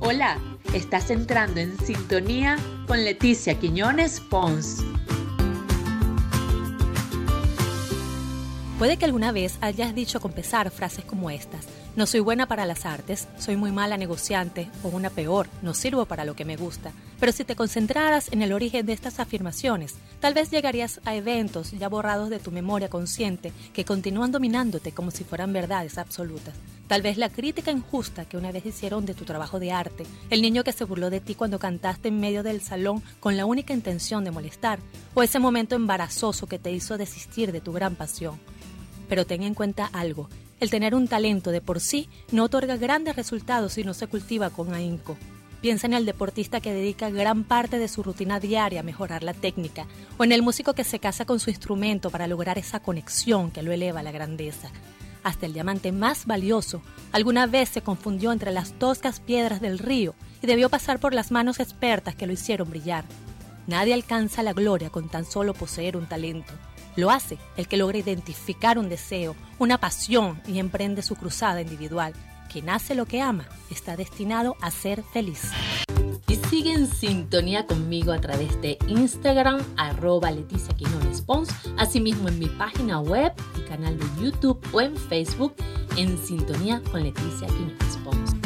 Hola, estás entrando en sintonía con Leticia Quiñones Pons. Puede que alguna vez hayas dicho con pesar frases como estas: no soy buena para las artes, soy muy mala negociante, o una peor, no sirvo para lo que me gusta. Pero si te concentraras en el origen de estas afirmaciones, tal vez llegarías a eventos ya borrados de tu memoria consciente que continúan dominándote como si fueran verdades absolutas. Tal vez la crítica injusta que una vez hicieron de tu trabajo de arte, el niño que se burló de ti cuando cantaste en medio del salón con la única intención de molestar, o ese momento embarazoso que te hizo desistir de tu gran pasión. Pero ten en cuenta algo: el tener un talento de por sí no otorga grandes resultados si no se cultiva con ahínco. Piensa en el deportista que dedica gran parte de su rutina diaria a mejorar la técnica, o en el músico que se casa con su instrumento para lograr esa conexión que lo eleva a la grandeza. Hasta el diamante más valioso alguna vez se confundió entre las toscas piedras del río y debió pasar por las manos expertas que lo hicieron brillar. Nadie alcanza la gloria con tan solo poseer un talento. Lo hace el que logra identificar un deseo, una pasión y emprende su cruzada individual. Quien hace lo que ama está destinado a ser feliz. Y sigue en sintonía conmigo a través de Instagram, @Leticia Quiñones Pons, asimismo en mi página web y canal de YouTube o en Facebook, en sintonía con Leticia Quiñones Pons.